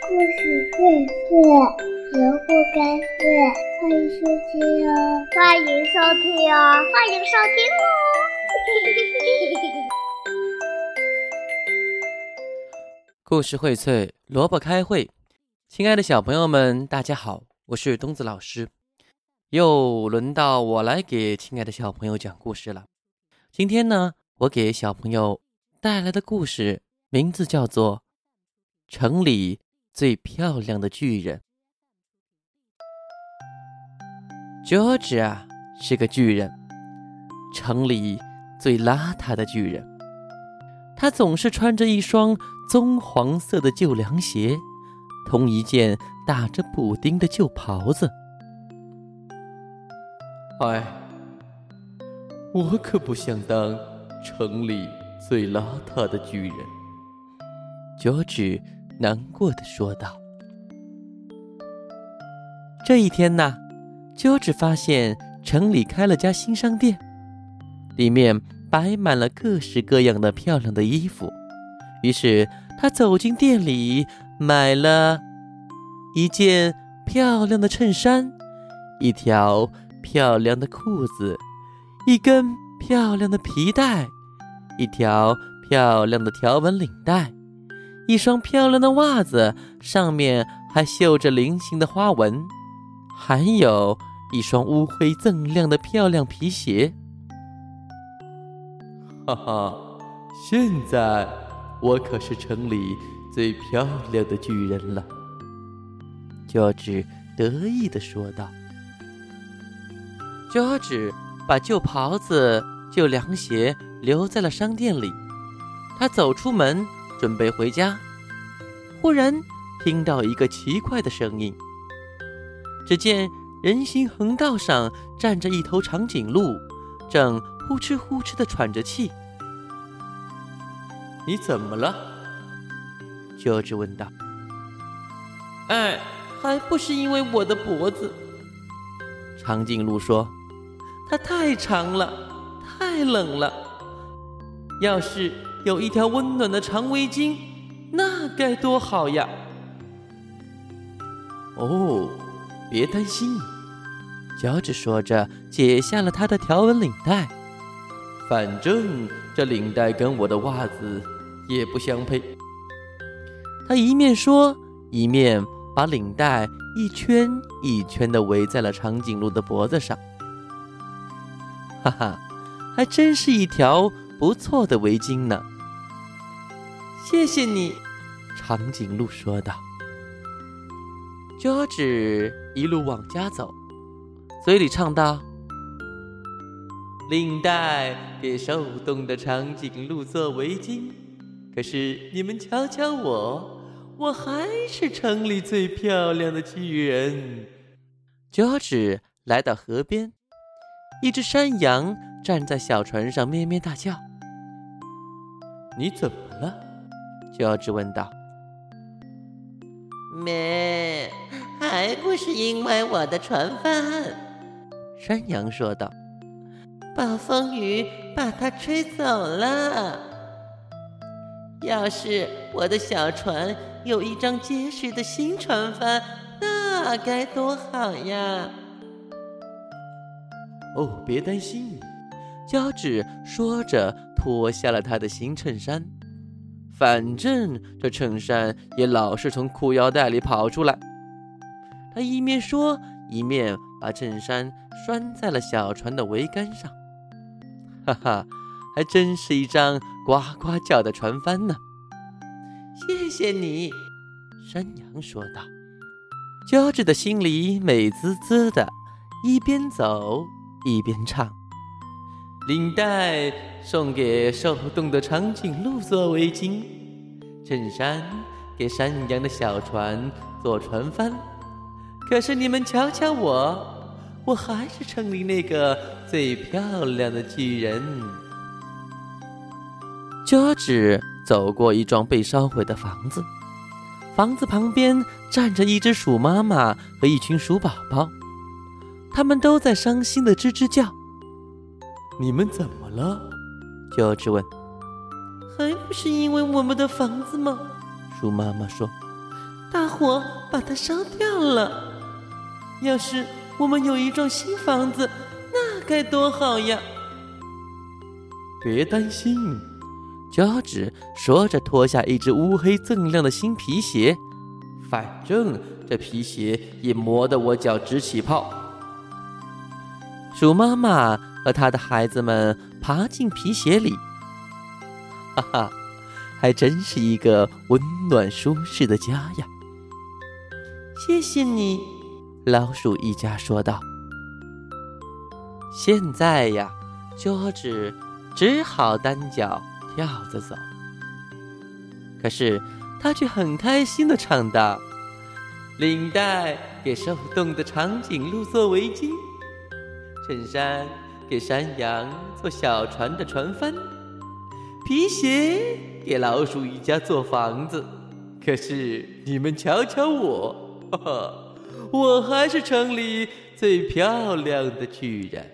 故事荟萃，萝卜开会，欢迎收听哦！ 欢迎收听哦！欢迎收听哦！ 故事荟萃，萝卜开会。亲爱的小朋友们，大家好，我是东子老师。又轮到我来给亲爱的小朋友讲故事了。今天呢，我给小朋友带来的故事名字叫做《城里最漂亮的巨人》。George 啊，是个巨人，城里最邋遢的巨人。他总是穿着一双棕黄色的旧凉鞋，同一件打着补丁的旧袍子。我可不想当城里最邋遢的巨人，George难过地说道。这一天呢，George发现城里开了家新商店，里面摆满了各式各样的漂亮的衣服。于是他走进店里，买了一件漂亮的衬衫，一条漂亮的裤子，一根漂亮的皮带，一条漂亮的条纹领带，一双漂亮的袜子，上面还绣着菱形的花纹，还有一双乌灰锃亮的漂亮皮鞋。哈哈，现在我可是城里最漂亮的巨人了，George得意地说道。George把旧袍子、旧凉鞋留在了商店里，他走出门准备回家，忽然听到一个奇怪的声音。只见人行横道上站着一头长颈鹿，正呼哧呼哧地喘着气。你怎么了？George问道。还不是因为我的脖子，长颈鹿说，它太长了，太冷了，要是有一条温暖的长围巾，那该多好呀。哦，别担心，George说着解下了他的条纹领带，反正这领带跟我的袜子也不相配。他一面说，一面把领带一圈一圈地围在了长颈鹿的脖子上。哈哈，还真是一条不错的围巾呢。谢谢你，长颈鹿说道。George一路往家走，嘴里唱道：领带给受冻的长颈鹿做围巾，可是你们瞧瞧我还是城里最漂亮的巨人。George来到河边，一只山羊站在小船上咩咩大叫。你怎么了？George问道。 咩，还不是因为我的船帆， 山羊说道。 暴风雨把它吹走了。要是我的小船有一张结实的新船帆，那该多好呀。 哦，别担心，George说着脱下了他的新衬衫，反正这衬衫也老是从裤腰带里跑出来。他一面说，一面把衬衫拴在了小船的桅杆上。哈哈，还真是一张呱呱叫的船帆呢。谢谢你，山羊说道。George的心里美滋滋的，一边走一边唱。领带送给受冻的长颈鹿做围巾，衬衫给山羊的小船做船帆，可是你们瞧瞧我还是城里那个最漂亮的巨人。George走过一幢被烧毁的房子，房子旁边站着一只鼠妈妈和一群鼠宝宝，他们都在伤心地吱吱叫。你们怎么了？George问。 还不是因为我们的房子吗？ 鼠妈妈说。 大火把它烧掉了。要是我们有一幢新房子，那该多好呀！ 别担心，乔治说着脱下一只乌黑锃亮的新皮鞋，反正这皮鞋也磨得我脚直起泡。鼠妈妈和她的孩子们爬进皮鞋里，哈哈，还真是一个温暖舒适的家呀！ 谢谢你， 老鼠一家说道。现在呀，乔治只好单脚跳着走，可是他却很开心地唱道：领带给受冻的长颈鹿做围巾，衬衫给山羊做小船的船帆，皮鞋给老鼠一家做房子。可是你们瞧瞧我，哈哈，我还是城里最漂亮的巨人。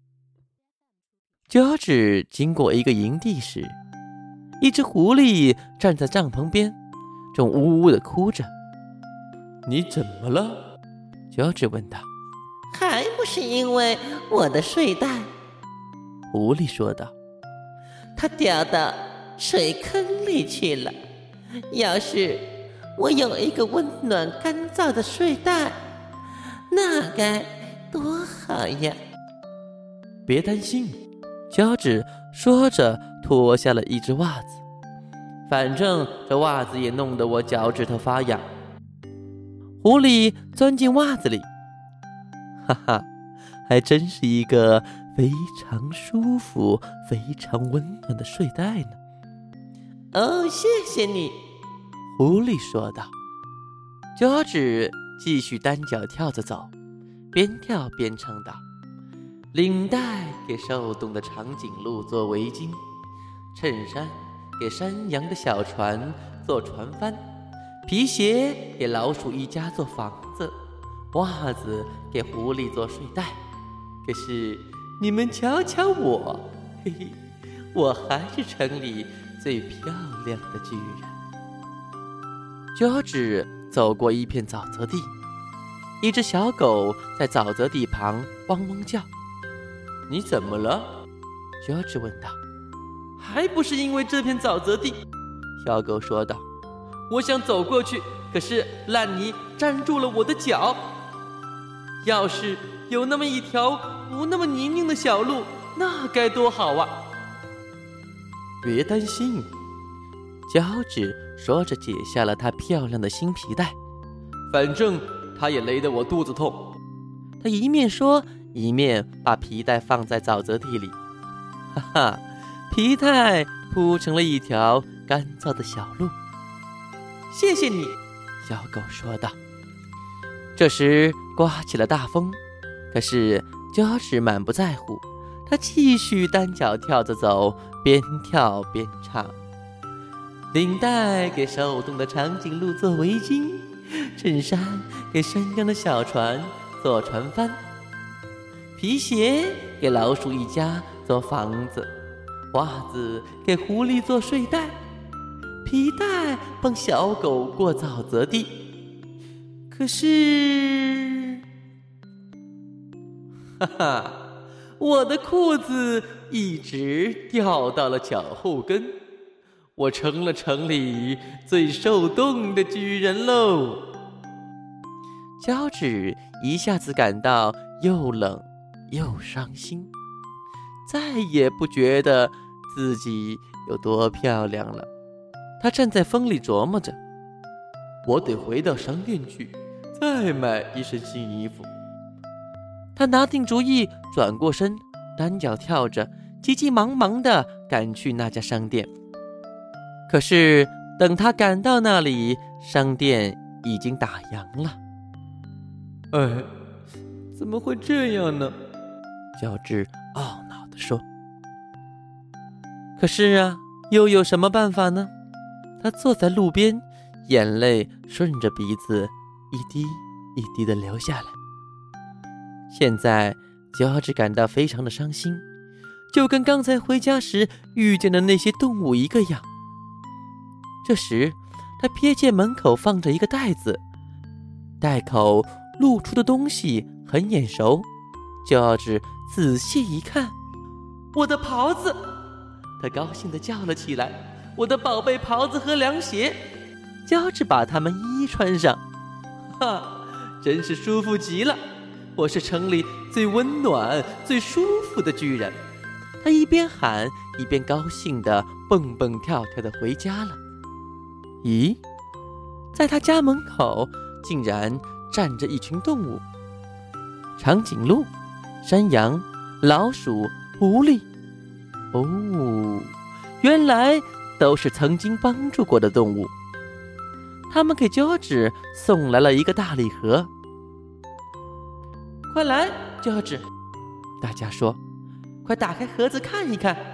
乔治经过一个营地时，一只狐狸站在帐篷边，正呜呜地哭着。你怎么了？乔治问道。 还不是因为我的睡袋， 狐狸说道。 它掉到水坑里去了。要是我有一个温暖干燥的睡袋，那该多好呀！ 别担心，乔治说着脱下了一只袜子，反正这袜子也弄得我脚趾头发痒。狐狸钻进袜子里，哈哈，还真是一个非常舒服、非常温暖的睡袋呢。 哦，谢谢你， 狐狸说道。乔治继续单脚跳着走，边跳边唱道：领带给受冻的长颈鹿做围巾，衬衫给山羊的小船做船帆，皮鞋给老鼠一家做房子，袜子给狐狸做睡袋。可是你们瞧瞧我，嘿嘿，我还是城里最漂亮的巨人。乔治走过一片沼泽地，一只小狗在沼泽地旁汪汪叫。你怎么了？乔治问道。还不是因为这片沼泽地，小狗说道。我想走过去，可是烂泥粘住了我的脚。要是有那么一条不那么泥泞的小路，那该多好啊！别担心，乔治说着解下了他漂亮的新皮带，反正他也勒得我肚子痛。他一面说，一面把皮带放在沼泽地里。哈哈，皮带铺成了一条干燥的小路。谢谢你，小狗说道。这时刮起了大风，可是乔治满不在乎，他继续单脚跳着走，边跳边唱：领带给受冻的长颈鹿做围巾，衬衫给山羊的小船做船帆，皮鞋给老鼠一家做房子，袜子给狐狸做睡袋，皮带帮小狗过沼泽地。可是，哈哈，我的裤子一直掉到了脚后跟，我成了城里最受冻的巨人喽。乔治一下子感到又冷又伤心，再也不觉得自己有多漂亮了。他站在风里琢磨着，我得回到商店去，再买一身新衣服。他拿定主意，转过身，单脚跳着，急急忙忙地赶去那家商店。可是等他赶到那里，商店已经打烊了。哎，怎么会这样呢？乔治懊恼地说。可是啊，又有什么办法呢？他坐在路边，眼泪顺着鼻子一滴一滴地流下来。现在乔治感到非常的伤心，就跟刚才回家时遇见的那些动物一个样。这时他瞥见门口放着一个袋子，袋口露出的东西很眼熟。乔治仔细一看，我的袍子！他高兴地叫了起来，我的宝贝袍子和凉鞋！乔治把它们一一穿上，哈，真是舒服极了！我是城里最温暖、最舒服的巨人。他一边喊，一边高兴地蹦蹦跳跳地回家了。咦，在他家门口竟然站着一群动物：长颈鹿、山羊、老鼠、狐狸。哦，原来都是曾经帮助过的动物。他们给乔治送来了一个大礼盒。快来，乔治！大家说，快打开盒子看一看。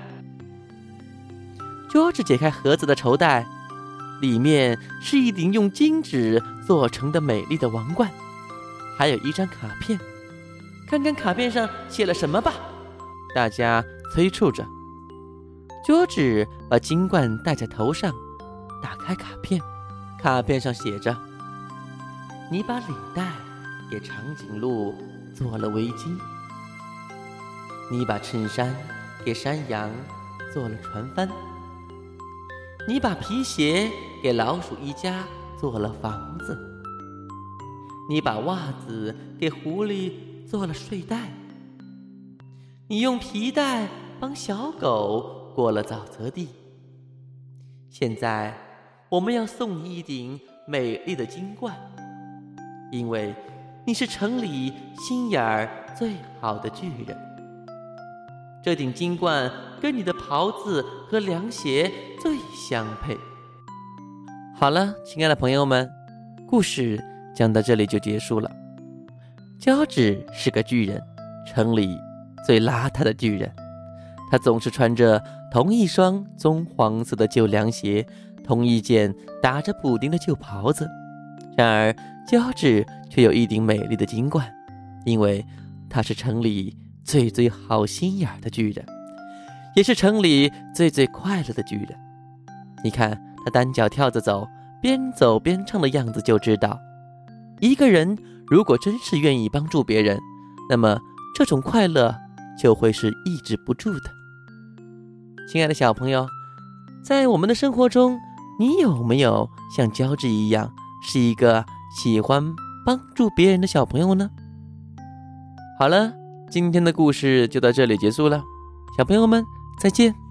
乔治解开盒子的绸带，里面是一顶用金纸做成的美丽的王冠，还有一张卡片。看看卡片上写了什么吧，大家催促着。乔治把金冠戴在头上，打开卡片，卡片上写着：你把领带给长颈鹿做了围巾，你把衬衫给山羊做了船帆，你把皮鞋给老鼠一家做了房子，你把袜子给狐狸做了睡袋，你用皮带帮小狗过了沼泽地。现在我们要送你一顶美丽的金冠，因为你是城里心眼儿最好的巨人。这顶金冠跟你的袍子和凉鞋最相配。好了，亲爱的朋友们，故事讲到这里就结束了。乔治是个巨人，城里最邋遢的巨人。他总是穿着同一双棕黄色的旧凉鞋，同一件打着补丁的旧袍子。然而乔治却有一顶美丽的金冠，因为他是城里最好心眼的巨人，也是城里最快乐的巨人。你看他单脚跳着走，边走边唱的样子就知道，一个人如果真是愿意帮助别人，那么这种快乐就会是抑制不住的。亲爱的小朋友，在我们的生活中，你有没有像乔治一样是一个喜欢帮助别人的小朋友呢？好了，今天的故事就到这里结束了，小朋友们再见。